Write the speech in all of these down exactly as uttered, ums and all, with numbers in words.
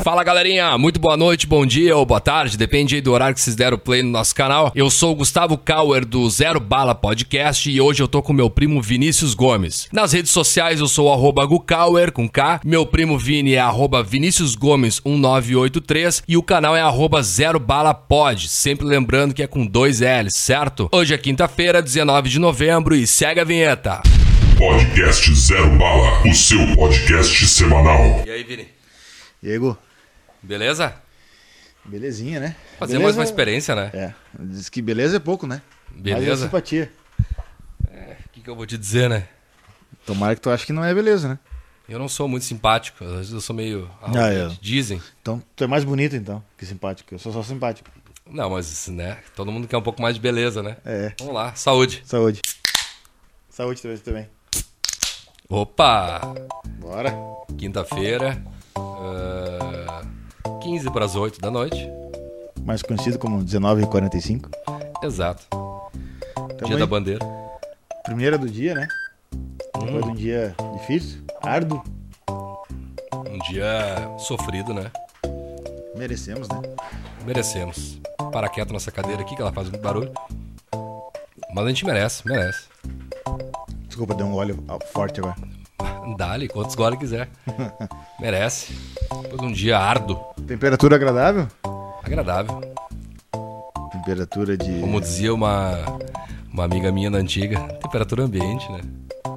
Fala galerinha, muito boa noite, bom dia ou boa tarde, depende aí do horário que vocês deram play no nosso canal. Eu sou o Gustavo Kauer do Zero Bala Podcast e hoje eu tô com meu primo Vinícius Gomes. Nas redes sociais eu sou o arroba Gukauer com K, meu primo Vini é arroba Vinícius Gomes um nove oito três e o canal é arroba Zero Bala Pod, sempre lembrando que é com dois L's, certo? Hoje é quinta-feira, dezenove de novembro e segue a vinheta. Podcast Zero Bala, o seu podcast semanal. E aí, Vini? E aí, Gu? Beleza? Belezinha, né? Fazer beleza... mais uma experiência, né? É, diz que beleza é pouco, né? Beleza. Mas é simpatia. É, o que, que eu vou te dizer, né? Tomara que tu ache que não é beleza, né? Eu não sou muito simpático, às vezes eu sou meio... Ah, é. Dizem. Então tu é mais bonito, então, que simpático. Eu sou só simpático. Não, mas, né, todo mundo quer um pouco mais de beleza, né? É. Vamos lá, saúde. Saúde. Saúde também. também. Opa! Bora. Quinta-feira, uh, quinze para as oito da noite. Mais conhecido como dezenove e quarenta e cinco. Exato. Tamo Dia aí. da bandeira. Primeira do dia, né? Depois de um dia difícil, árduo. Um dia sofrido, né? Merecemos, né? Merecemos. Para quieto nossa cadeira aqui, que ela faz muito barulho. Mas a gente merece, merece. Desculpa, deu um óleo forte agora. Dá-lhe quantos goles quiser. Merece. Depois de um dia árduo. Temperatura agradável? Agradável. Temperatura de... Como dizia uma, uma amiga minha da antiga, temperatura ambiente, né?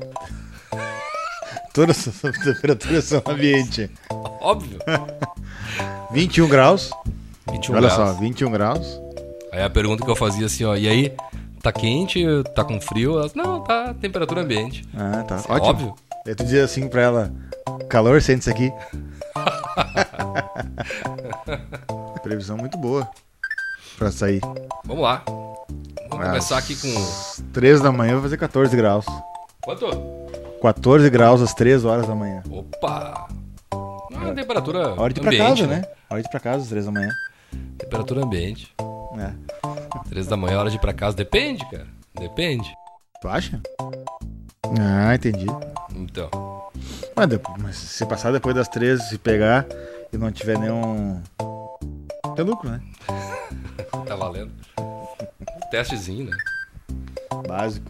Todas as temperaturas são ambiente. Óbvio. vinte e um graus. vinte e um Olha graus. só, vinte e um graus. Aí a pergunta que eu fazia assim, ó, e aí, tá quente, tá com frio? Elas, não, tá temperatura ambiente. Ah, tá. Isso é Ótimo. óbvio. Aí tu diz assim pra ela, calor, sente-se aqui. Previsão muito boa pra sair. Vamos lá. Vamos começar aqui com... três da manhã vai fazer catorze graus. Quanto? quatorze graus às três horas da manhã. Opa! Não é temperatura Hora de ir pra ambiente, casa, né? Hora de ir pra casa às três da manhã. Temperatura ambiente. É. Três da manhã, hora de ir pra casa. Depende, cara. Depende. Tu acha? Ah, entendi. Então. Mas, depois, mas se passar depois das três, se pegar e não tiver nenhum... É lucro, né? Tá valendo. Testezinho, né? Básico.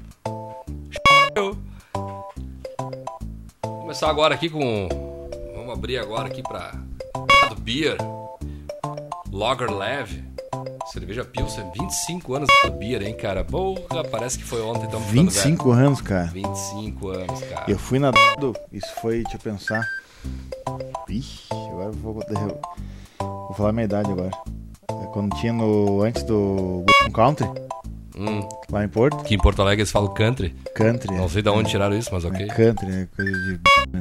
Vou começar agora aqui com... Vamos abrir agora aqui pra... do Beer. Lager Leve. Cerveja Pilsen. vinte e cinco anos do Beer, hein, cara? Porra, parece que foi ontem. Tamo ficando vinte e cinco velho. anos, cara. vinte e cinco anos, cara. Eu fui na... Isso foi, deixa eu pensar. Ixi, agora eu vou... Vou falar a minha idade agora. É quando tinha no... Antes do... Country, Hum, lá em Porto. que em Porto Alegre eles falam country. Country. Não sei de onde tiraram isso, mas ok. É, country, é coisa de...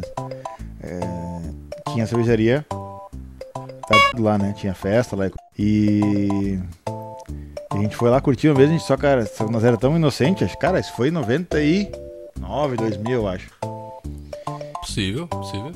É, tinha cervejaria. Tá tudo lá, né? Tinha festa lá. E... A gente foi lá curtir uma vez, a gente só, cara... Nós era tão inocentes. Cara, isso foi em noventa e nove, dois mil, eu acho. Possível, possível.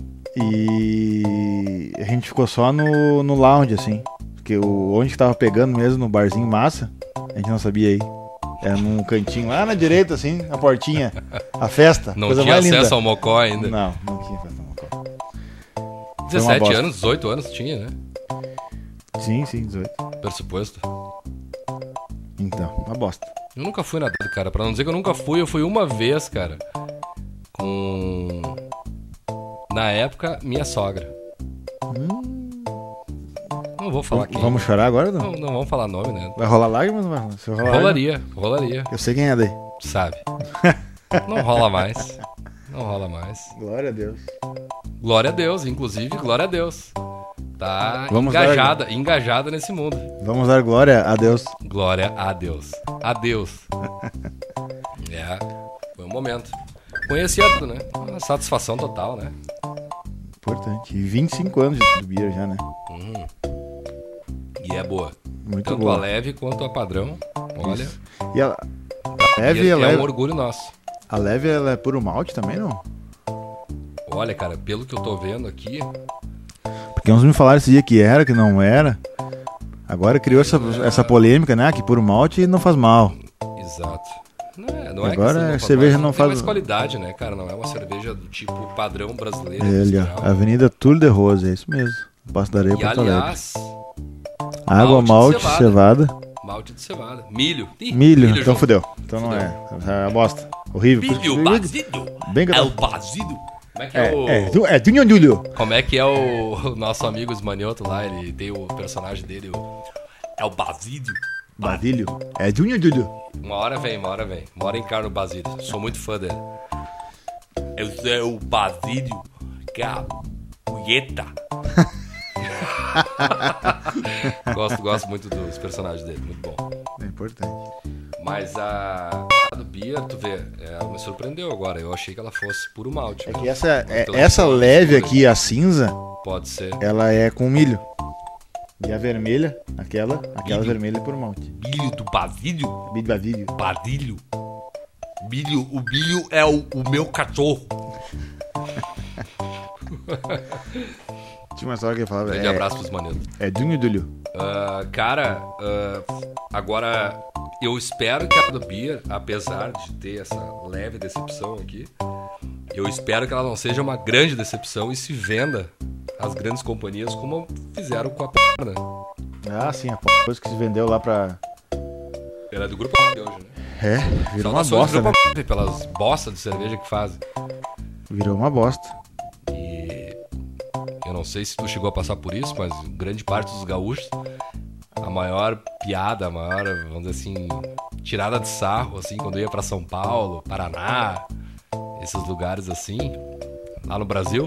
E a gente ficou só no, no lounge, assim. Porque o, onde que tava pegando mesmo, no barzinho massa, a gente não sabia aí. Era num cantinho lá na direita, assim, a portinha. A festa, Não coisa tinha mais acesso linda. ao Mocó ainda. Não, não tinha festa ao Mocó. dezessete bosta. anos, dezoito anos tinha, né? Sim, sim, dezoito. Pressuposto. Então, uma bosta. Eu nunca fui na data, cara. Pra não dizer que eu nunca fui, eu fui uma vez, cara. Com... Na época, minha sogra. Não vou falar quem. Vamos chorar agora, não? Não, não vamos falar nome, né? Vai rolar lágrimas ou não vai rolar? Se rolar lágrimas, Rolaria, rolaria. eu sei quem é daí. Sabe? Não rola mais. Não rola mais. Glória a Deus. Glória a Deus, inclusive, glória a Deus. Tá Vamos engajada, engajada nesse mundo. Vamos dar glória a Deus. Glória a Deus. Adeus. É, foi um momento. Conheci a tudo, né? Uma satisfação total, né? Importante. E vinte e cinco anos de beer já, né? Hum. E é boa. Muito Tanto boa. a leve quanto a padrão. Olha, Isso. E a, a leve, e é, a leve, um orgulho nosso. a leve ela é puro malte também, não? Olha, cara, pelo que eu tô vendo aqui, Porque uns me falaram esse dia que era, que não era. Agora criou essa, essa polêmica, né? Que puro malte não faz mal. exato. Não é, não é Agora que a assim, cerveja faz, não tem faz- mais qualidade, né, cara? Não é uma cerveja do tipo padrão brasileiro. Ele, ó, industrial. Avenida Tour de Rose, é isso mesmo. Passo da Areia, E Porto Alegre. aliás, Água, malte malte, de cevada. malte de cevada. Milho. Ih, Milho, então junto. fudeu. Então não é. É uma bosta. Horrível. Milho, basílio. Bem É o gadão. basílio. Como é que é, É, o... é, du- é Dunho Dulho. Como é que é o, o nosso amigo Esmanioto lá? Ele tem o personagem dele, o... É o Basílio. Basílio. É Dunho Dulho. Uma hora vem, uma hora vem. Uma hora encarna o Basílio. Sou muito fã dele. Eu sou o Basílio Capulheta. gosto, gosto muito dos personagens dele, muito bom. É importante. Mas a, a do Beer, tu vê, ela me surpreendeu agora. Eu achei que ela fosse puro malte. É né? que essa, é- Pelo essa sabor, leve escuro. aqui, a cinza, Pode ser. ela é com milho. E a vermelha, aquela, aquela Milho. vermelha é por malte. Bilho do Basílio? Milho basílio. Badilho. Bilho, o Bilho é o, o meu cachorro. Tinha uma história que eu falava. Grande É, abraço pros maneiros. é Dunho Dulho. Ah, cara, ah, agora eu espero que a do Beer, apesar de ter essa leve decepção aqui, eu espero que ela não seja uma grande decepção e se venda às grandes companhias como fizeram com a perna. Ah, sim, a p... coisa que se vendeu lá pra. Ela é do grupo de hoje, né? É, virou uma Saudações bosta, do né? grupo pelas bostas de cerveja que fazem. Virou uma bosta. E eu não sei se tu chegou a passar por isso, mas grande parte dos gaúchos, a maior piada, a maior, vamos dizer assim, tirada de sarro, assim, quando ia pra São Paulo, Paraná, esses lugares assim, lá no Brasil,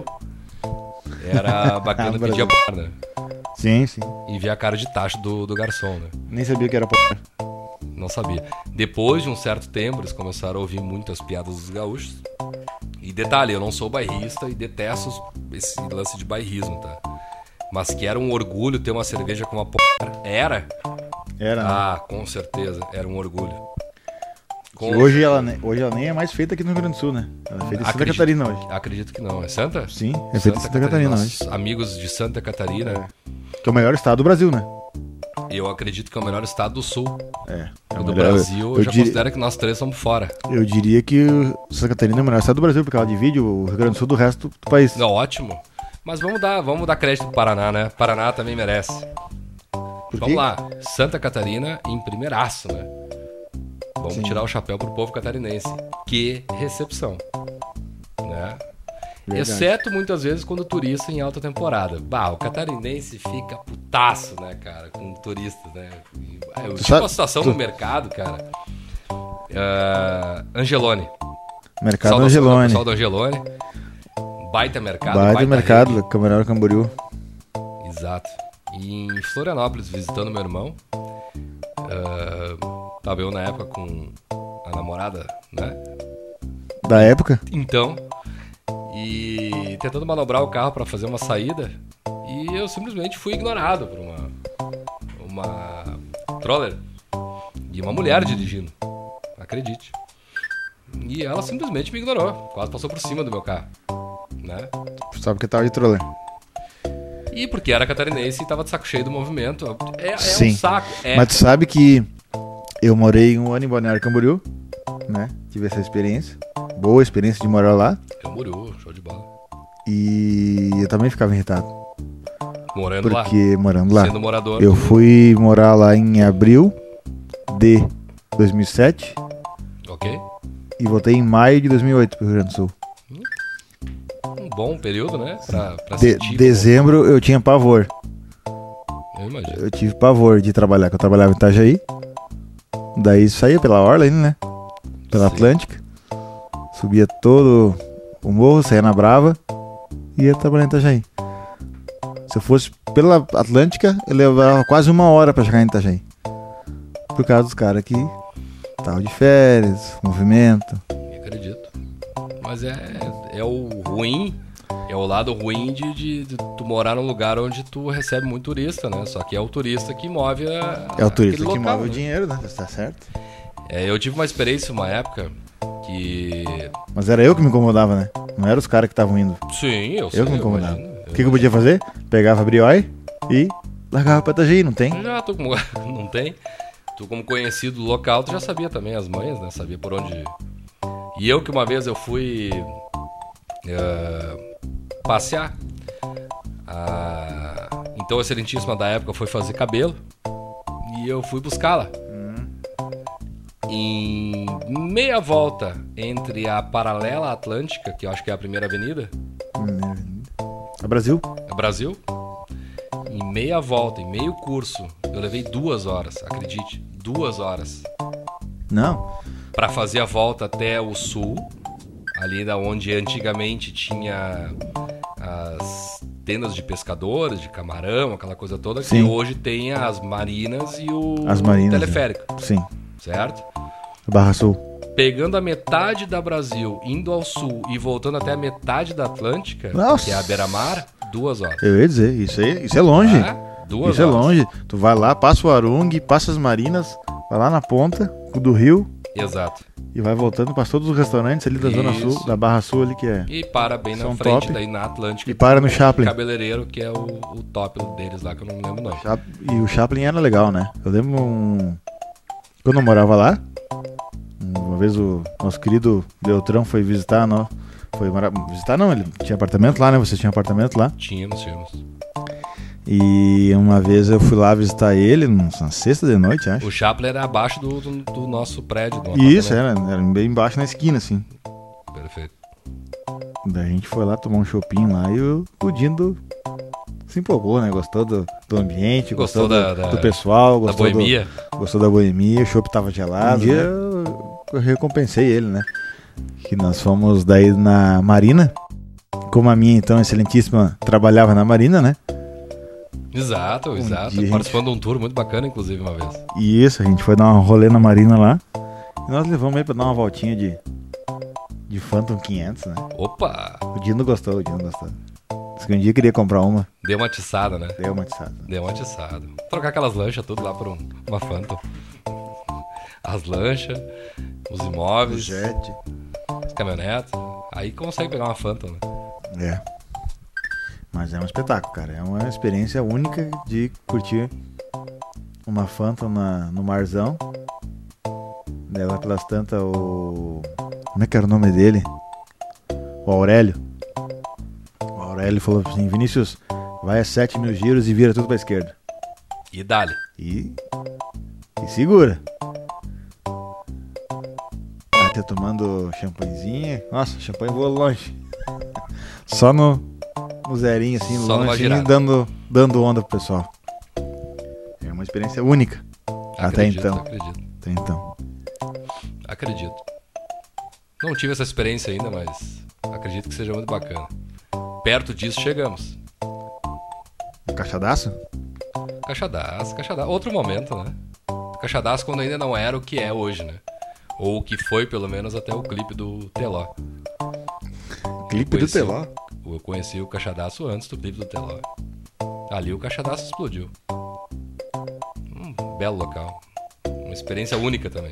era bacana No pedir a Brasil. perna Sim, sim. e ver a cara de tacho do, do garçom, né? Nem sabia que era p. Não sabia. Depois de um certo tempo, eles começaram a ouvir muitas piadas dos gaúchos. E detalhe, eu não sou bairrista e detesto esse lance de bairrismo, tá? Mas que era um orgulho ter uma cerveja com uma p... Era? Era, né? Ah, com certeza, era um orgulho. Com Que hoje, certeza. ela, ne- hoje ela nem é mais feita aqui no Rio Grande do Sul, né? Ela é feita em Santa Acredito- Catarina hoje. Acredito que não. É Santa? Sim, é feita em Santa Catarina Nossos hoje. amigos de Santa Catarina, Que é o melhor estado do Brasil, né? eu acredito que é o melhor estado do sul. É. é O o do melhor- Brasil, eu eu, já diri- considero que nós três somos fora. eu diria que o Santa Catarina é o melhor estado do Brasil, porque ela divide o Rio Grande do Sul do resto do país. Não, ótimo. Mas vamos dar, vamos dar crédito pro Paraná, né? Paraná também merece. Por Vamos quê? lá. Santa Catarina em primeiraço, né? Vamos Sim. tirar o chapéu pro povo catarinense. Que recepção. Né? Verdade. Exceto muitas vezes quando o turista em alta temporada. Bah, o catarinense fica putaço, né, cara? Com turistas, né? E, ah, eu Tu tive sabe- uma situação tu- no mercado, cara. Ah, Angelone. Mercado Saudações ao Angelone. pessoal do Angelone. Baita mercado. Baita rede. mercado, Camarão Camboriú. Exato. E em Florianópolis, visitando meu irmão. ah, tava eu na época com a namorada, né? Da época? Então. E tentando manobrar o carro pra fazer uma saída. E eu simplesmente fui ignorado por uma. Uma. Troller. E uma mulher dirigindo. Acredite. E ela simplesmente me ignorou. Quase passou por cima do meu carro. Né? Só porque tava de troller. E porque era catarinense e tava de saco cheio do movimento. É, é Sim. um saco. É. Mas tu sabe que eu morei um ano em Balneário Camboriú, né? Tive essa experiência. Boa experiência de morar lá. Camboriú, show de bola. E eu também ficava irritado. Morando lá. Porque morando lá. Sendo morador. Eu do- fui morar lá em abril de dois mil e sete Ok. e voltei em maio de dois mil e oito pro Rio Grande do Sul. Um bom período, né? Pra, pra De- sentir. dezembro eu tinha pavor. Eu imagino. Eu tive pavor de trabalhar, que eu trabalhava em Itajaí. Daí saía pela orla ainda, né? Pela Sim. Atlântica. Subia todo o morro, saía na Brava e ia trabalhar em Itajaí. Se eu fosse pela Atlântica, eu levava quase uma hora pra chegar em Itajaí. Por causa dos caras que estavam de férias, movimento. Acredito. Mas é, é o ruim, é o lado ruim de, de, de tu morar num lugar onde tu recebe muito turista, né? Só que é o turista que move a, É o turista aquele que local, move o né? dinheiro, né? Tá certo. É, eu tive uma experiência uma época que... Mas era eu que me incomodava, né? Não eram os caras que estavam indo. Sim, eu sei, Eu que me incomodava. imagino, O que, que eu podia fazer? Pegava a Brioi e largava pra Itajaí, não tem? Já, tu como... não tem? Tu como conhecido do local, tu já sabia também as manhas, né? Sabia por onde... E eu que uma vez eu fui eh, passear a, Então a excelentíssima da época foi fazer cabelo e eu fui buscá-la. Hum. Em meia volta entre a Paralela Atlântica, que eu acho que é a primeira avenida. Primeira avenida. É Brasil? É Brasil. Em meia volta, em meio curso, eu levei duas horas, acredite, duas horas. Não. Pra fazer a volta até o sul, ali da onde antigamente tinha as tendas de pescadores, de camarão, aquela coisa toda, Sim. que hoje tem as marinas e o As marinas, teleférico. É. Sim. Certo? Barra Sul. Pegando a metade da Brasil, indo ao sul e voltando até a metade da Atlântica, Nossa. que é a beira-mar, duas horas. Eu ia dizer, isso, aí, isso é longe. É, duas isso horas. é longe. Tu vai lá, passa o Arung, passa as marinas, vai lá na ponta do rio Exato. e vai voltando, passa todos os restaurantes ali da Zona Isso. Sul, da Barra Sul ali que é. E para bem São na frente, top. daí na Atlântica. E para no tem um Chaplin. cabeleireiro, que é o, o top deles lá, que eu não me lembro o nome. Chap- E o Chaplin era legal, né? Eu lembro um... quando eu morava lá, uma vez o nosso querido Beltrão foi visitar, não, foi mora... visitar não, ele tinha apartamento lá, né? Você tinha apartamento lá. Tínhamos, tínhamos. E uma vez eu fui lá visitar ele, na sexta de noite, acho. O Chaplin era abaixo do, do, do nosso prédio. Do Isso, apartamento. era, era bem embaixo na esquina, assim. Perfeito. Daí a gente foi lá tomar um shopping lá e o, o Dindo se empolgou, né? Gostou do, do ambiente, Gostou gostou, da- do, da- do pessoal, Da gostou, do, boemia. gostou da boemia, o chopp tava gelado. Uhum. E eu, eu recompensei ele, né? Que nós fomos daí na Marina. Como a minha, então, excelentíssima, trabalhava na Marina, né? Exato, exato. dia a gente- Participando de um tour muito bacana, inclusive, uma vez. E isso, a gente foi dar um rolê na Marina lá. E nós levamos aí pra dar uma voltinha de, de Phantom quinhentos, né? Opa! O Dino gostou, o Dino gostou. Disse que um dia queria comprar uma, Deu uma atiçada, né? deu uma atiçada. Deu uma atiçada. Trocar aquelas lanchas tudo lá por um- uma Phantom. As lanchas, os imóveis, Jet. as caminhonetes. Aí consegue pegar uma Phantom, né? É. Mas é um espetáculo, cara. É uma experiência única de curtir uma Phantom na, no marzão. Dela pelas tantas o... Como é que era o nome dele? O Aurélio. O Aurélio falou assim, Vinícius, vai a sete mil giros e vira tudo pra esquerda. E dali. E... E segura. Até tomando champanhezinho. Nossa, champanhe voa longe. Só no, no zerinho, assim, Só numa longe, girada. dando, dando onda pro pessoal. É uma experiência única. Até Acredito, então. Acredito. Até então. Acredito. Não tive essa experiência ainda, mas acredito que seja muito bacana. Perto disso chegamos. Um caixadaço? Caixadaço, caixadaço. Outro momento, né? Caixadaço quando ainda não era o que é hoje, né? Ou o que foi, pelo menos, até o clipe do Teló. Clipe do Conheci- Teló. Eu conheci o Caixadaço antes do clipe do Teló. Ali o Caixadaço explodiu. Um belo local. Uma experiência única também.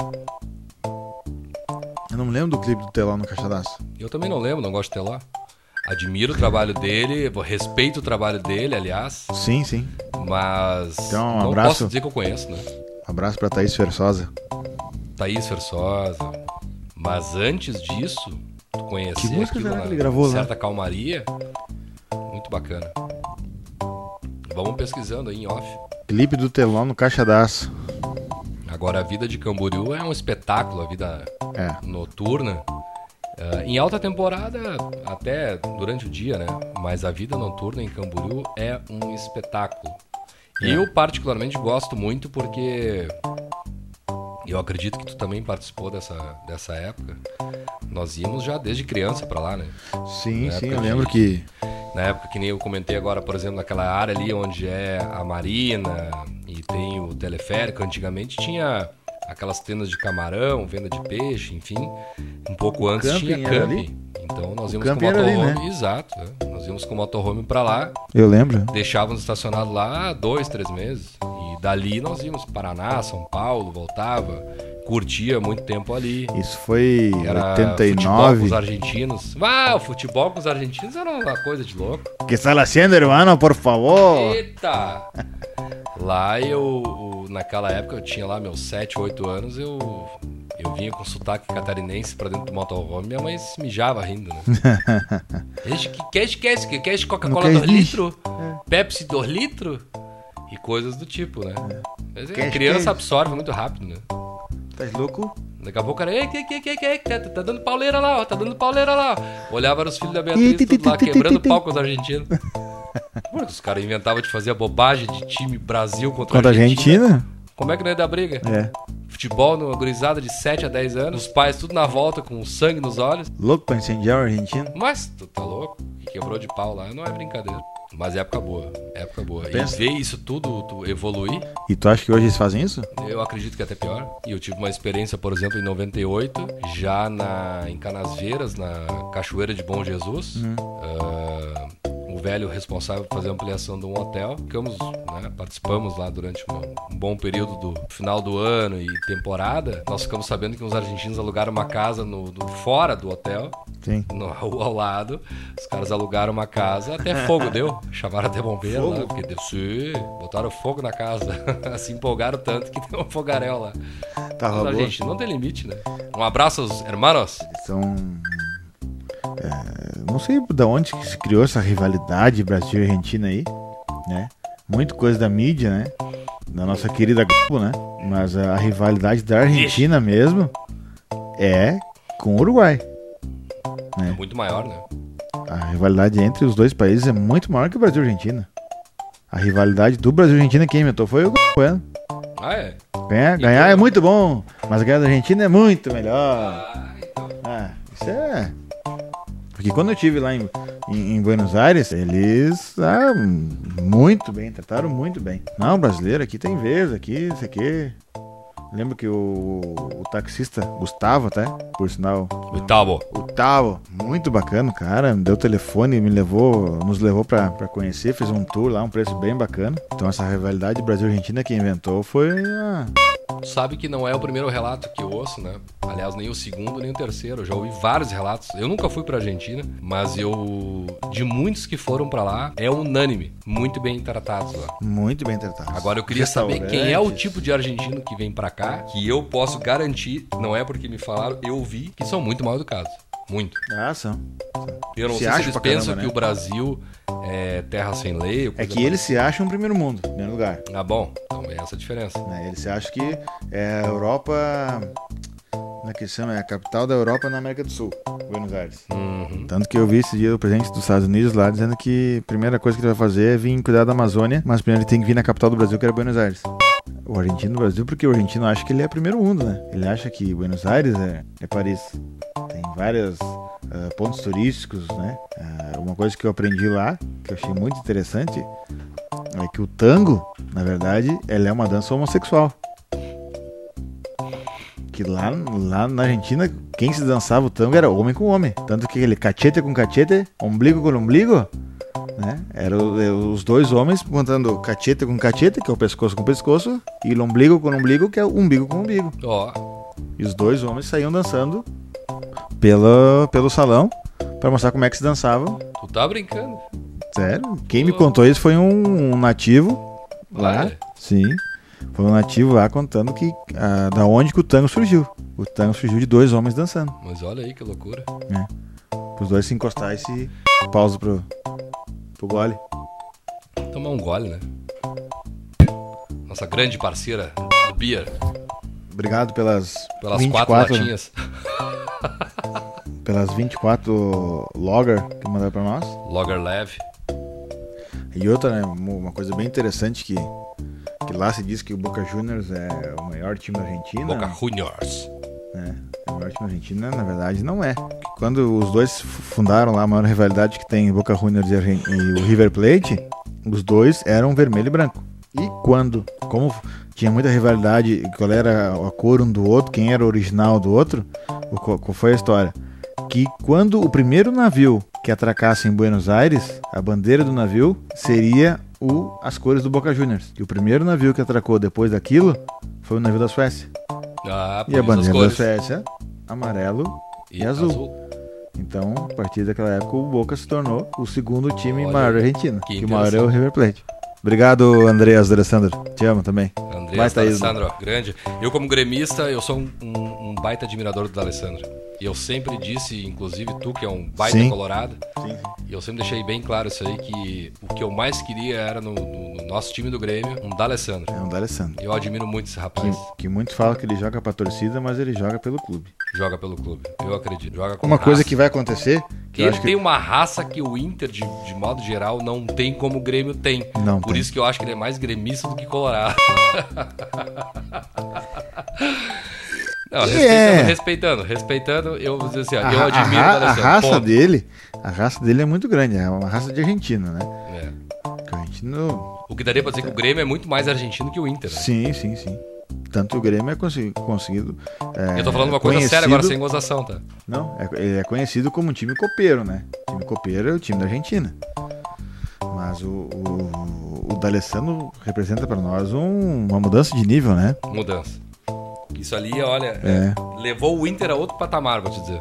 Eu não me lembro do clipe do Teló no caixadaço. Eu também não lembro, não gosto de Teló. Admiro o trabalho dele, respeito o trabalho dele, aliás, Sim, sim. mas Então, um não abraço. posso dizer que eu conheço, né? Um abraço pra Thaís Fersosa. Thaís Fersosa. Mas antes disso, tu conhecer Que música aquilo será na que ele gravou lá? certa calmaria, muito bacana. Vamos pesquisando aí em off. Clipe do Teló no caixadaço. Agora, a vida de Camboriú é um espetáculo, a vida É. noturna. Ah, em alta temporada, até durante o dia, né? Mas a vida noturna em Camboriú é um espetáculo. E É. eu particularmente gosto muito porque eu acredito que tu também participou dessa, dessa época. Nós íamos já desde criança pra lá, né? Sim, Na sim. época Eu lembro de- que... Na época que nem eu comentei agora, por exemplo, naquela área ali onde é a Marina e tem o teleférico, antigamente tinha aquelas tendas de camarão, venda de peixe, enfim. Um pouco antes camping tinha era camping. ali? Então nós O íamos com o camping era ali, motorhome, né? exato, né? Nós íamos com o motorhome pra lá, Eu lembro. deixávamos estacionado lá dois, três meses. E dali nós íamos para Paraná, São Paulo, voltava, curtia muito tempo ali. Isso foi Era oitenta e futebol com nove. os argentinos. Ah, o futebol com os argentinos era uma coisa de louco. Que está haciendo, hermano, por favor? Eita! Lá eu, o- naquela época, eu tinha lá meus sete, oito anos, eu, Eu vinha com sotaque catarinense pra dentro do motorhome, minha mãe se mijava rindo, né? Esse que quer, que quer, que quer Coca-Cola dois litros, Pepsi dois litros e coisas do tipo, né? Mas a criança absorve muito rápido, né? Tá louco? Daqui a pouco o cara, ei, que, que, que, que, tá, tá dando pauleira lá, ó, tá dando pauleira lá. Olhava os filhos da Beatriz tudo lá, quebrando pau com os argentinos. Pô, os caras inventavam de fazer a bobagem de time Brasil contra, contra a Argentina. Argentina. Como é que não ia dar briga? É. Futebol numa gurizada de sete a dez anos, os pais tudo na volta com sangue nos olhos. Louco pra incendiar o argentino. Mas, tu tá louco? Que quebrou de pau lá, não é brincadeira. Mas é época boa, época boa. Pensa. E ver isso tudo tu evoluir. E tu acha que hoje eles fazem isso? Eu acredito que é até pior. E eu tive uma experiência, por exemplo, em noventa e oito, já na, em Canasvieiras, na Cachoeira de Bom Jesus. Hum. Uh, o velho responsável por fazer a ampliação de um hotel. Ficamos, né, participamos lá durante uma, um bom período do final do ano e temporada. Nós ficamos sabendo que uns argentinos alugaram uma casa no, no, fora do hotel. Sim. Na rua ao lado. Os caras alugaram uma casa. Até fogo deu. Chamaram até bombeiro lá. Porque deu. Sim, botaram fogo na casa. Se empolgaram tanto que deu um fogaréu lá. Tá. Mas, gente, não tem limite, né? Um abraço aos hermanos. São... É, não sei de onde que se criou essa rivalidade Brasil e Argentina aí, né? Muito coisa da mídia, né? Da nossa querida Globo, né? Mas a, a rivalidade da Argentina mesmo é com o Uruguai. Né? É muito maior, né? A rivalidade entre os dois países é muito maior que o Brasil e a Argentina. A rivalidade do Brasil e Argentina quem inventou foi o Globo. Ah, é? Ganhar, ganhar é muito bom, mas ganhar da Argentina é muito melhor. Ah, então. Ah, isso é... Porque quando eu estive lá em, em, em Buenos Aires, eles ah, muito bem, trataram muito bem. Não, brasileiro aqui tem vez, aqui, isso aqui. Lembro que o, o taxista, Gustavo até, por sinal. Gustavo. Gustavo, muito bacana, cara. Me deu telefone, me levou, nos levou pra, pra conhecer, fez um tour lá, um preço bem bacana. Então essa rivalidade Brasil-Argentina quem inventou foi a... Tu sabe que não é o primeiro relato que eu ouço, né? Aliás, nem o segundo, nem o terceiro. Eu já ouvi vários relatos. Eu nunca fui pra Argentina, mas eu... De muitos que foram pra lá, é unânime. Muito bem tratados lá. Muito bem tratados. Agora eu queria saber quem é o tipo de argentino que vem pra cá, que eu posso garantir, não é porque me falaram, eu vi, que são muito mal educados. Muito. Ah, são. Eu não se sei se eles pensam caramba, que né? o Brasil é terra sem lei. É que eles se acham primeiro mundo, em primeiro lugar. Ah, bom. Então é essa a diferença. Né? Eles se acham que é a Europa... Como é que chama? É a capital da Europa na América do Sul, Buenos Aires. Uhum. Tanto que eu vi esse dia o presidente dos Estados Unidos lá dizendo que a primeira coisa que ele vai fazer é vir cuidar da Amazônia, mas primeiro ele tem que vir na capital do Brasil, que era Buenos Aires. O argentino do Brasil, porque o argentino acha que ele é primeiro mundo, né? Ele acha que Buenos Aires é, é Paris. Tem vários uh, pontos turísticos, né? Uh, uma coisa que eu aprendi lá, que eu achei muito interessante, é que o tango, na verdade, ela é uma dança homossexual. Que lá, lá na Argentina, quem se dançava o tango era homem com homem. Tanto que aquele cachete com cachete, ombligo com ombligo, né? Eram os dois homens contando cachete com cachete, que é o pescoço com pescoço, e o ombligo com ombligo, que é o umbigo com umbigo. Ó. E os dois homens saíam dançando pelo, pelo salão pra mostrar como é que se dançavam. Tu tá brincando? Sério? Quem me contou isso foi um, um nativo lá. Olha. Sim. Foi um nativo lá contando que ah, da onde que o tango surgiu. O tango surgiu de dois homens dançando. Mas olha aí que loucura. É. Os dois se encostar e se pausa pro, pro gole. Tomar um gole, né? Nossa grande parceira, o Beer. Obrigado pelas, Pelas vinte e quatro quatro latinhas. Pelas vinte e quatro logger que mandaram pra nós. Logger leve. E outra, né, uma coisa bem interessante que, que lá se diz que o Boca Juniors é o maior time da Argentina. Boca Juniors. Né? O maior time da Argentina, na verdade, não é. Porque quando os dois fundaram lá a maior rivalidade que tem Boca Juniors e, Argen- e o River Plate, os dois eram vermelho e branco. E quando, como tinha muita rivalidade, qual era a cor um do outro, quem era o original do outro, qual, qual foi a história? Que quando o primeiro navio que atracasse em Buenos Aires, a bandeira do navio seria o, as cores do Boca Juniors. E o primeiro navio que atracou depois daquilo foi o navio da Suécia. Ah, por E a isso as bandeira da cores. Suécia, amarelo e, azul. Então, a partir daquela época, o Boca se tornou o segundo time Olha, maior da Argentina. que Que o maior é o interessante. River Plate. Obrigado, Andreas D'Alessandro. Te amo também. Andreas D'Alessandro, grande. Eu, como gremista, eu sou um, um, um baita admirador do D'Alessandro. E eu sempre disse, inclusive tu, que é um baita Sim. colorado, Sim. e eu sempre deixei bem claro isso aí, que o que eu mais queria era no, no, no nosso time do Grêmio, um D'Alessandro. É um D'Alessandro. Eu admiro muito esse Que, rapaz. que muito fala que ele joga pra torcida, mas ele joga pelo clube. Joga pelo clube, eu acredito. Joga com Uma coisa raça. que vai acontecer... que eu Ele acho que- tem uma raça que o Inter, de, de modo geral, não tem como o Grêmio tem. Não Por tem. isso que eu acho que ele é mais gremista do que colorado. Não, respeitando, É. respeitando, respeitando, eu vou dizer assim, ó, A, eu ra- admiro a, o ra- a D'Alessandro, raça ponto. dele, a raça dele é muito grande, é uma raça de argentino, né? É. Que o argentino, O que daria pra dizer que o Grêmio é muito mais argentino que o Inter, né? sim, sim, sim. Tanto o Grêmio é consi- conseguido. É, Eu tô falando uma coisa conhecido- séria agora, sem gozação, tá? Não, é, ele é conhecido como um time copeiro, né? O time copeiro é o time da Argentina. Mas o, o, o D'Alessandro representa pra nós um- uma mudança de nível, né? Mudança. Isso ali, olha, É. é, levou o Inter a outro patamar, vou te dizer.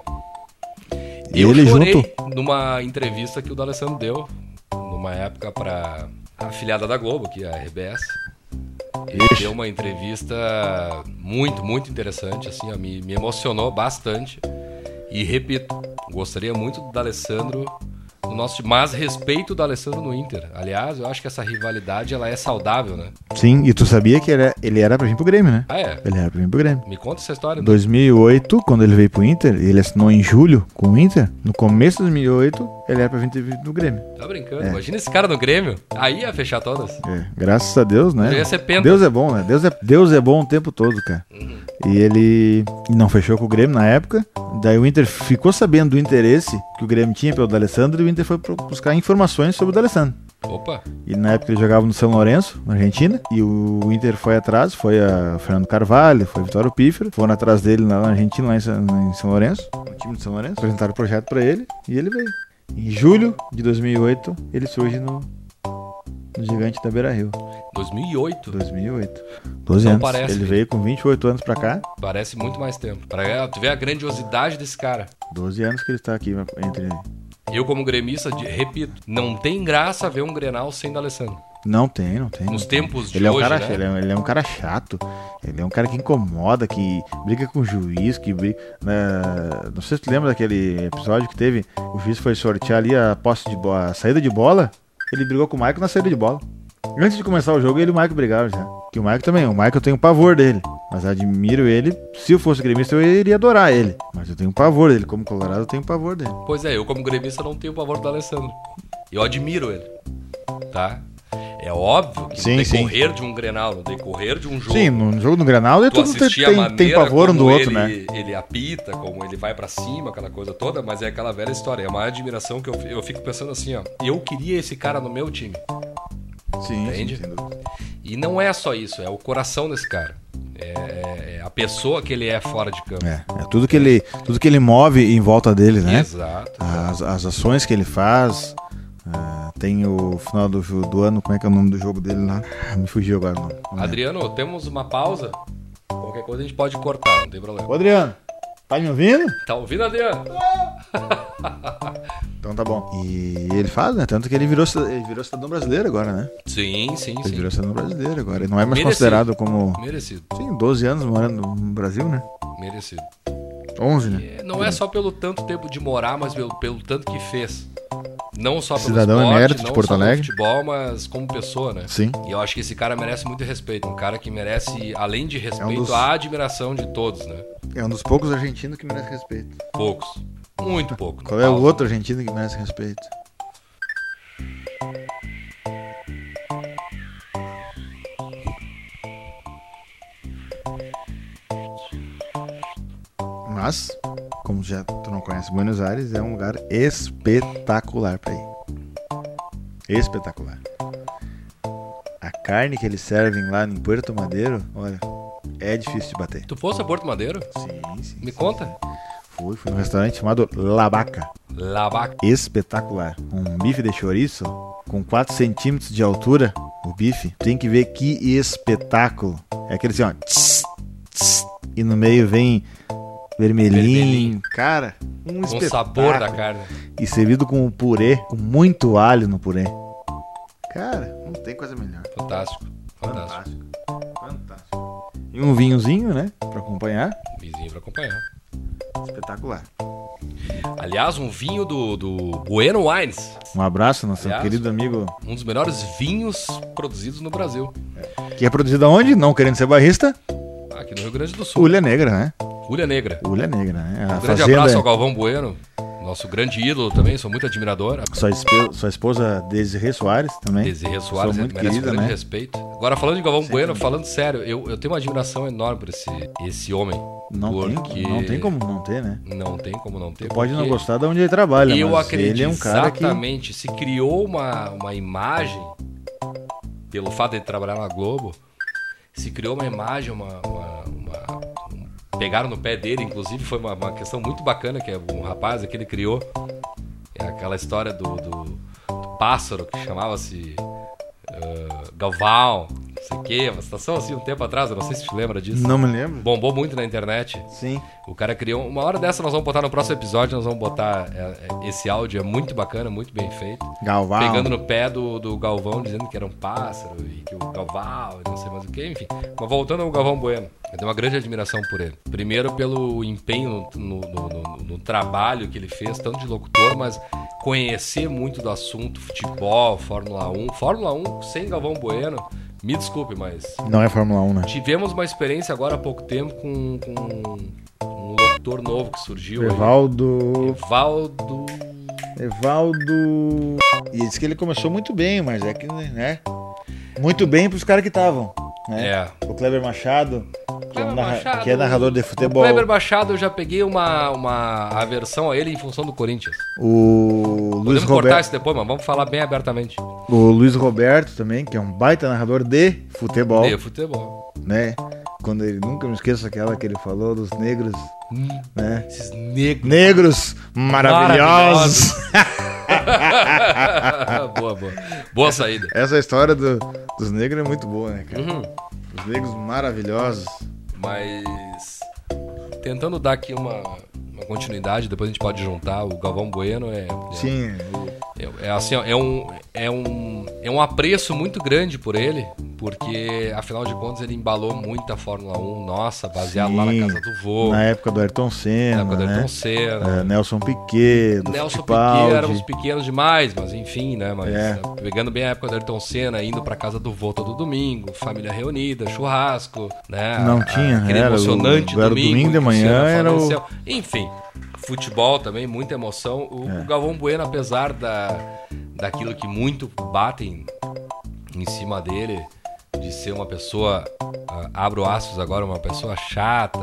E Eu ele chorei junto. numa entrevista que o D'Alessandro deu, numa época pra afiliada da Globo, que é a R B S. Ele Ixi. deu uma entrevista muito, muito interessante, assim, ó, me, me emocionou bastante. E repito, gostaria muito do D'Alessandro no nosso time, mas respeito o D'Alessandro no Inter. Aliás, eu acho que essa rivalidade ela é saudável, né? Sim, e tu sabia que ele era, ele era pra vir pro Grêmio, né? Ah, é? Ele era pra vir pro Grêmio. Me conta essa história. né? dois mil e oito, quando ele veio pro Inter, ele assinou em julho com o Inter. No começo de dois mil e oito, ele era pra vir ter vindo no Grêmio. Tá brincando? É. Imagina esse cara no Grêmio. Aí ia fechar todas. É, graças a Deus, né? Já ia ser penta. Deus é bom, né? Deus é, Deus é bom o tempo todo, cara. Uhum. E ele não fechou com o Grêmio na época. Daí o Inter ficou sabendo do interesse que o Grêmio tinha pelo D'Alessandro e o Inter foi pro- buscar informações sobre o D'Alessandro. Opa, E na época ele jogava no São Lourenço, na Argentina, e o Inter foi atrás, foi a Fernando Carvalho, foi Vitório Pífero, foram atrás dele na Argentina, lá em São, em São Lourenço, no time de São Lourenço, apresentaram o projeto pra ele e ele veio. Em julho de dois mil e oito, ele surge no, no Gigante da Beira-Rio, dois mil e oito. dois mil e oito. doze Não anos. parece, ele filho. veio com vinte e oito anos pra cá, Parece muito mais tempo. Pra tu ver a grandiosidade desse cara. doze anos que ele está aqui entre... Eu, como gremista, de- repito, não tem graça ver um Grenal sem D'Alessandro. Não tem, não tem. Nos não tem. tempos de ele é um hoje, cara, né? ele, é, ele é um cara chato. Ele é um cara que incomoda, que briga com o juiz, que briga. né, Não sei se tu lembra daquele episódio que teve. O juiz foi sortear ali a posse de bola, a saída de bola. Ele brigou com o Michael na saída de bola. Antes de começar o jogo, ele e o Michael brigaram já. Que o Michael também, o Michael eu tenho pavor dele. Mas admiro ele. Se eu fosse gremista, eu iria adorar ele. Mas eu tenho pavor dele. Como colorado, eu tenho pavor dele. Pois é, eu como gremista não tenho pavor do D'Alessandro. Eu admiro ele, tá? É óbvio que Sim, no sim. decorrer de um Grenal, no decorrer de um jogo... Sim, no jogo do Grenal, Tu todo mundo tem, assistir a tem, maneira tem pavor um do como outro, ele, né? ele apita, como ele vai pra cima, aquela coisa toda, mas é aquela velha história. É uma admiração que eu, eu fico pensando assim, ó. Eu queria esse cara no meu time. Sim, Entende? sim, sem dúvida. E não é só isso, é o coração desse cara. É, é a pessoa que ele é fora de campo. É, é tudo que ele, tudo que ele move em volta dele, né? Exato. As, as ações que ele faz. ah, tem o final do, jo- do ano, como é que é o nome do jogo dele lá? Ah, me fugiu agora. Não, não é. Adriano, temos uma pausa. Qualquer coisa a gente pode cortar, não tem problema. Ô Adriano, tá me ouvindo? Tá ouvindo, Adriano? Então tá bom. E ele faz, né? Tanto que ele virou, cida- ele virou cidadão brasileiro agora, né? Sim, sim, Ele sim. virou cidadão brasileiro agora. Ele não é mais Merecido. considerado como. Merecido, Sim, doze anos morando no Brasil, né? merecido. onze, né? É, não é só pelo tanto tempo de morar, mas pelo, pelo tanto que fez. Não só pelo Cidadão esporte, emérito de não Porto só pelo Alegre. futebol, mas como pessoa, né? Sim. E eu acho que esse cara merece muito respeito. Um cara que merece, além de respeito, dos- a admiração de todos, né? É um dos poucos argentinos que merece respeito. Poucos. Muito pouco. Qual é o Pausa. outro argentino que merece respeito? Mas, como já tu não conhece Buenos Aires, é um lugar espetacular pra ir. Espetacular. A carne que eles servem lá em Puerto Madeiro, olha, é difícil de bater. Tu fosse a Porto Madeiro? Sim, sim. Me sim, conta. sim. Fui, fui num restaurante chamado La Vaca. Lavaca. Espetacular. Um bife de chouriço com quatro centímetros de altura. O bife. Tem que ver que espetáculo. É aquele assim, ó. Tss, tss, e no meio vem vermelhinho. Vermelhinho. Cara, um Com espetáculo. sabor da carne. E servido com um purê, com muito alho no purê. Cara, não tem coisa melhor. Fantástico, fantástico. Fantástico. Fantástico. E um vinhozinho, né? Pra acompanhar. Vizinho pra acompanhar. Espetacular. Aliás, um vinho do, do Bueno Wines. Um abraço, nosso Aliás, querido amigo. Um dos melhores vinhos produzidos no Brasil. Que é produzido aonde? Não querendo ser barrista. Aqui no Rio Grande do Sul. Ulha Negra, né? Ulha Negra. Ulha Negra, né? A Um grande fazenda... abraço ao Galvão Bueno, nosso grande ídolo também, sou muito admirador. Sua, esp... Sua esposa Desirê Soares também. Desirê Soares, Sou muito merece querida, um grande né? respeito. Agora, falando de Galvão Sempre. Bueno, falando sério, eu, eu tenho uma admiração enorme por esse, esse homem. Não, porque... tem, não tem como não ter, né? Não tem como não ter. Pode não porque gostar de onde ele trabalha, eu mas acredito, ele é um cara que... exatamente, se criou uma, uma imagem, pelo fato de ele trabalhar na Globo, se criou uma imagem, uma... uma, uma um, pegaram no pé dele, inclusive, foi uma, uma questão muito bacana, que é um rapaz que ele criou, é aquela história do, do, do pássaro que chamava-se uh, Galvão, não sei o quê, uma situação assim um tempo atrás, eu não sei se te lembra disso. Não me lembro. Bombou muito na internet. Sim. O cara criou. Uma hora dessa nós vamos botar no próximo episódio, nós vamos botar é, é, esse áudio, é muito bacana, muito bem feito. Galvão. Pegando no pé do, do Galvão, dizendo que era um pássaro e que o Galvão, e não sei mais o que, enfim. Mas voltando ao Galvão Bueno, eu tenho uma grande admiração por ele. Primeiro pelo empenho no, no, no, no trabalho que ele fez, tanto de locutor, mas conhecer muito do assunto, futebol, Fórmula um. Fórmula um sem Galvão Bueno, me desculpe, mas Não é Fórmula um, né? tivemos uma experiência agora há pouco tempo com, com um locutor novo que surgiu. aí. Evaldo... Evaldo... Evaldo... E ele disse que ele começou muito bem, mas é que, né? Muito bem pros caras que estavam, né? É. O Kleber Machado, que, é, um Kleber narra... Machado, que é narrador de futebol. O Kleber Machado, eu já peguei uma, uma aversão a ele em função do Corinthians. O Luiz Podemos cortar Roberto, isso depois, mas vamos falar bem abertamente. o Luiz Roberto também, que é um baita narrador de futebol, De futebol. né? Quando ele, nunca me esqueço aquela que ele falou dos negros, Hum, né? esses negros. Negros maravilhosos. boa, boa. Boa saída. Essa história do- dos negros é muito boa, né, cara? Uhum. Os negros maravilhosos. Mas tentando dar aqui uma, uma continuidade, depois a gente pode juntar. O Galvão Bueno é, é, Sim, é, é assim, ó, é um, é um é um apreço muito grande por ele, porque afinal de contas ele embalou muito a Fórmula um, nossa, baseado sim. lá na casa do vô, Na época do Ayrton Senna, na época do né? Ayrton Senna. É, Nelson Piquet, do Nelson Fittipaldi. Piquet, éramos pequenos demais, mas enfim, né? Mas É. pegando bem a época do Ayrton Senna, indo pra casa do vô todo domingo, família reunida, churrasco, né? Não A- tinha, aquele era o- emocionante era o domingo, domingo de em que o manhã, Senna era o- faleceu. Enfim, futebol também, muita emoção. O, É. o Galvão Bueno, apesar da, daquilo que muito batem em cima dele, de ser uma pessoa, ah, abro aspas agora, uma pessoa chata,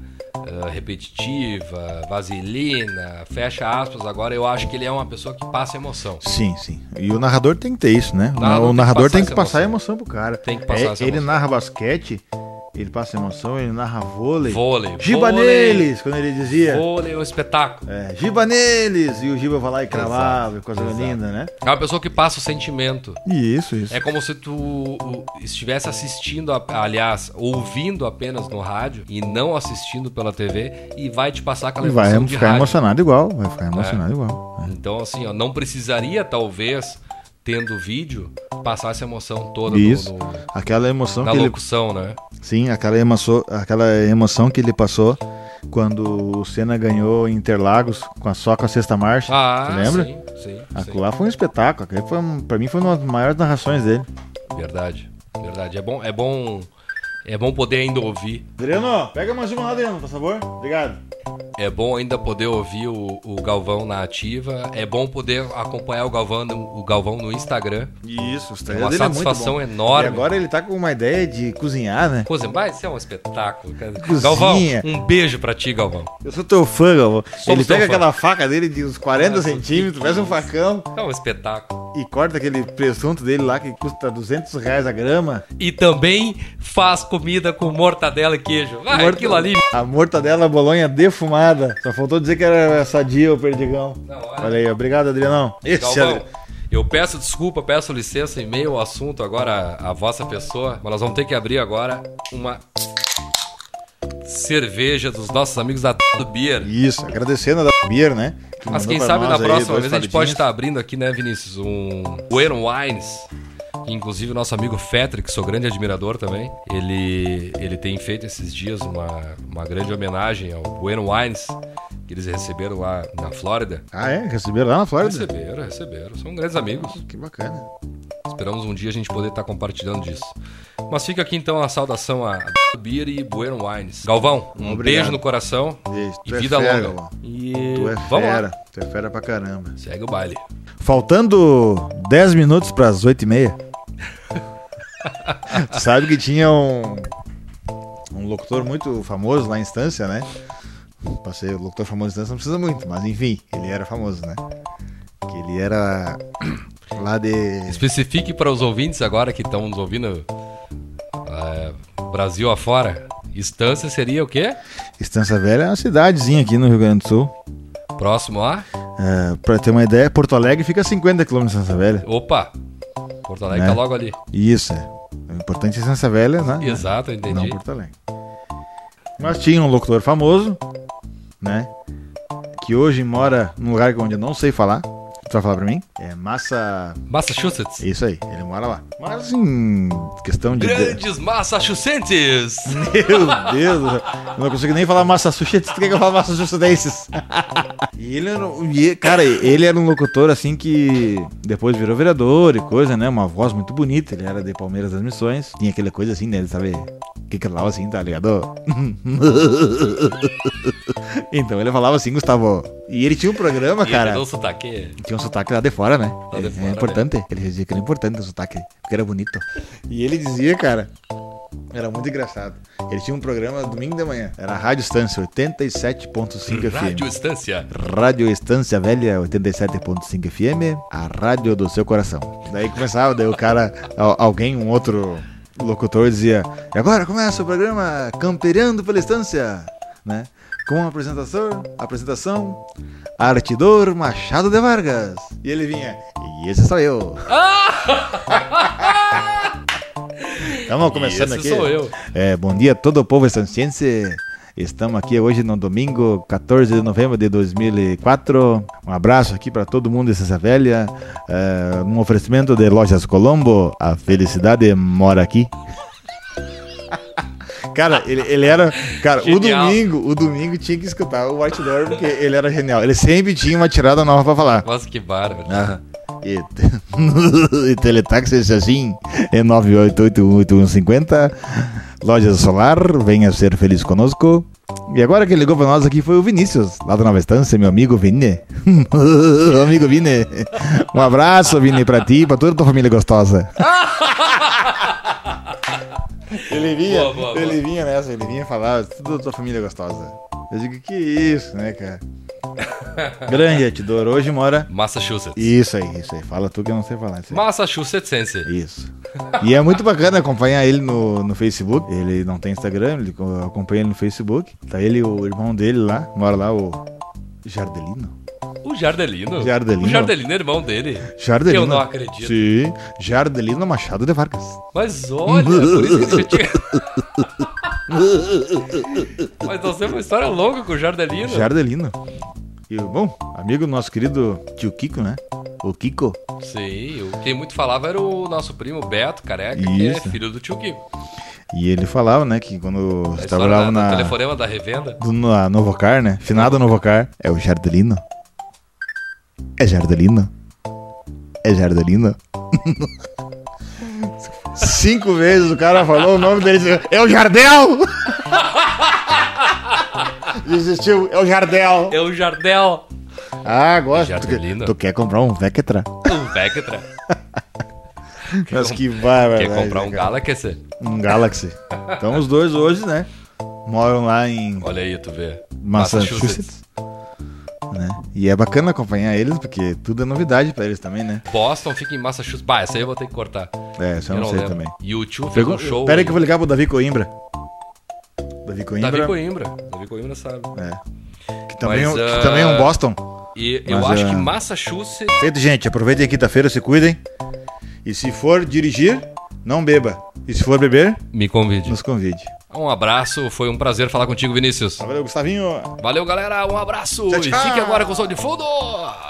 ah, repetitiva, vaselina, fecha aspas agora, eu acho que ele é uma pessoa que passa emoção. Sim, sim. E o narrador tem que ter isso, né? O narrador o tem que narrador passar tem que essa passar a emoção. emoção pro cara. Tem que passar É, essa ele emoção. narra basquete, ele passa emoção, ele narra vôlei. Vôlei. Giba vôlei, neles, quando ele dizia. Vôlei é um espetáculo. É, giba neles! E o Giba vai lá e cravava, Exato, coisa exato. linda, né? É uma pessoa que passa o sentimento. Isso, isso. É como se tu uh, estivesse assistindo, a- aliás, ouvindo apenas no rádio e não assistindo pela T V e vai te passar aquela E vai emoção de ficar rádio. emocionado igual, vai ficar emocionado igual. É. Então, assim, ó, não precisaria, talvez, tendo vídeo, passar essa emoção toda Isso. no, no- Aquela emoção na que ele. locução, né? Sim, aquela emoção, aquela emoção que ele passou quando o Senna ganhou em Interlagos com a, só com a sexta marcha. Ah, Você lembra? sim, sim, Aquilo sim. lá foi um espetáculo. Aquilo foi, um- pra mim foi uma das maiores narrações dele. Verdade, verdade. É bom, é bom, é bom poder ainda ouvir. Adriano, pega mais uma lá, Adriano, por favor. Obrigado. É bom ainda poder ouvir o, o Galvão na ativa. É bom poder acompanhar o Galvão no, o Galvão no Instagram. Isso, o É uma satisfação enorme. E agora ele tá com uma ideia de cozinhar, né? Coisa, vai ser um espetáculo. cara. Cozinha. Galvão, um beijo pra ti, Galvão. Eu sou teu fã, Galvão. Ele teu pega fã. aquela faca dele de uns quarenta Ah, centímetros, faz um facão É um espetáculo. e corta aquele presunto dele lá que custa duzentos reais a grama. E também faz comida com mortadela e queijo. Vai, Morta- aquilo ali. A mortadela bolonha defumada. Só faltou dizer que era sadia o perdigão. Não, olha. Olha aí, obrigado, Adrianão. Esse Galvão, Adri- eu peço desculpa, peço licença em meio ao assunto agora, a vossa pessoa, mas nós vamos ter que abrir agora uma cerveja dos nossos amigos da do Beer. Isso, agradecendo a da Beer, né? que Mas mandou quem pra sabe nós na aí próxima dois vez a gente pode palitinhos. estar abrindo aqui, né, Vinícius? Um Bueno Wines. Inclusive o nosso amigo Fetter, que sou grande admirador também, ele, ele tem feito esses dias uma, uma grande homenagem ao Bueno Wines, que eles receberam lá na Flórida. Ah, é? Receberam lá na Flórida? Receberam, receberam. São grandes amigos. Que bacana. Esperamos um dia a gente poder estar compartilhando disso. Mas fica aqui então a saudação a Beer e Bueno Wines. Galvão, um Obrigado. beijo no coração Isso, e tu é vida fera, longa. Galvão. E Tu é vamos fera. lá. Tu é fera pra caramba. Segue o baile. Faltando dez minutos pras oito e meia. Tu sabe que tinha um, um locutor muito famoso lá em Estância, né? Passei, o locutor famoso em Estância não precisa muito, mas enfim, ele era famoso, né? Que ele era lá de... Especifique para os ouvintes agora que estão nos ouvindo é, Brasil afora. Estância seria o quê? Estância Velha é uma cidadezinha aqui no Rio Grande do Sul. Próximo a... É, pra ter uma ideia, Porto Alegre fica a cinquenta quilômetros de Estância Velha. Opa! Porto Alegre Né? tá logo ali. Isso, é. O importante é Estância Velha, né? Exato, eu Não entendi. Porto Alegre. Mas tinha um locutor famoso, né? Que hoje mora num lugar onde eu não sei falar. Tu vai falar pra mim? É Massa... Massachusetts. Isso aí, ele mora lá. Mas em questão de... Grandes Massachusetts! Meu Deus, do céu. Eu não consigo nem falar Massachusetts, tu quer que eu fale Massachusetts? E ele era, um- e, cara, ele era um locutor assim que depois virou vereador e coisa, né? Uma voz muito bonita, ele era de Palmeiras das Missões. Tinha aquela coisa assim, né? Ele sabe, que que lá assim, tá ligado? Então ele falava assim, Gustavo. E ele tinha um programa, E cara. ele deu um sotaque. Tinha um sotaque lá de fora, né? Lá de é, fora, é importante. Ele dizia que era importante o sotaque, porque era bonito. E ele dizia, cara, era muito engraçado. Ele tinha um programa domingo de manhã. Era a Rádio Estância, oitenta e sete ponto cinco F M. Rádio Estância. Rádio Estância Velha, oitenta e sete ponto cinco F M. A rádio do seu coração. Daí começava, daí o cara, al- alguém, um outro locutor dizia: e agora começa o programa Campeirando pela Estância, né? Com a apresentação, apresentação, Artidor Machado de Vargas. E ele vinha, e esse sou eu. Estamos começando E esse aqui. sou eu. É, bom dia a todo o povo estanciense. Estamos aqui hoje no domingo, quatorze de novembro de dois mil e quatro. Um abraço aqui para todo mundo de Estância Velha. É, um oferecimento de Lojas Colombo. A felicidade mora aqui. Cara, ele, ele era... Cara, o Genial. domingo, o domingo tinha que escutar o Outdoor porque ele era genial. Ele sempre tinha uma tirada nova pra falar. Nossa, que bárbaro. Ah, e, e teletaxi assim é nove oito oito um oito um cinco zero. Loja Solar, venha ser feliz conosco. E agora quem ligou pra nós aqui foi o Vinícius, lá da Nova Estância, meu amigo Vini. Amigo Vini. Um abraço, Vini, pra ti e pra toda a tua família gostosa. Ele vinha, Boa, boa, boa. ele vinha nessa, ele vinha falar toda a tua família gostosa. Eu digo, que isso, né, cara? Grande Atidor, hoje mora... Massachusetts. Isso aí, isso aí. Fala tu que eu não sei falar. Isso aí. Massachusetts. Isso. E é muito bacana acompanhar ele no, no Facebook. Ele não tem Instagram, ele co- acompanha ele no Facebook. Tá ele e o irmão dele lá, mora lá, o Jardelino. O Jardelino. Jardelino. O Jardelino é irmão dele. Jardelino. Eu não acredito. Sim. Jardelino Machado de Vargas. Mas olha, por isso que ele já tinha... Mas nós temos uma história longa com o Jardelino. Jardelino. E, bom, amigo do nosso querido tio Kiko, né? O Kiko. Sim, o- quem muito falava era o nosso primo Beto, careca, que é Isso. filho do tio Kiko. E ele falava, né, que quando A história trabalhava da, na... do telefonema da revenda. do na Novocar, né? Finado Novocar. É o Jardelino. É Jardelino. É Jardelino. Cinco vezes o cara falou o nome dele. Disse, é o Jardel! Desistiu, é o Jardel. É o Jardel. Ah, gosto. Tu, Jardelino. tu quer comprar um Vectra? O Vectra. Mas que vai, Quer comprar um Galaxy? Um Galaxy. Então os dois hoje, né? Moram lá em Olha aí, tu vê. Massachusetts. Né? E é bacana acompanhar eles, porque tudo é novidade pra eles também, né? Boston fica em Massachusetts. Bah, essa aí eu vou ter que cortar. É, isso eu não, sei lembro. também. E o tio fez Pegou... um show. Pera aí que eu vou ligar pro Davi Coimbra. Davi Coimbra. Davi Coimbra. Davi Coimbra sabe. É. Que, também, Mas, é um- que ah, também é um Boston. E eu Mas, acho ah, que Massachusetts... Feito, gente. Aproveitem a quinta-feira, se cuidem. E se for dirigir, não beba. E se for beber, Me convide. nos convide. Um abraço, foi um prazer falar contigo, Vinícius. Valeu, Gustavinho. Valeu, galera, um abraço Tchau, e tchau. fique agora com o som de fundo.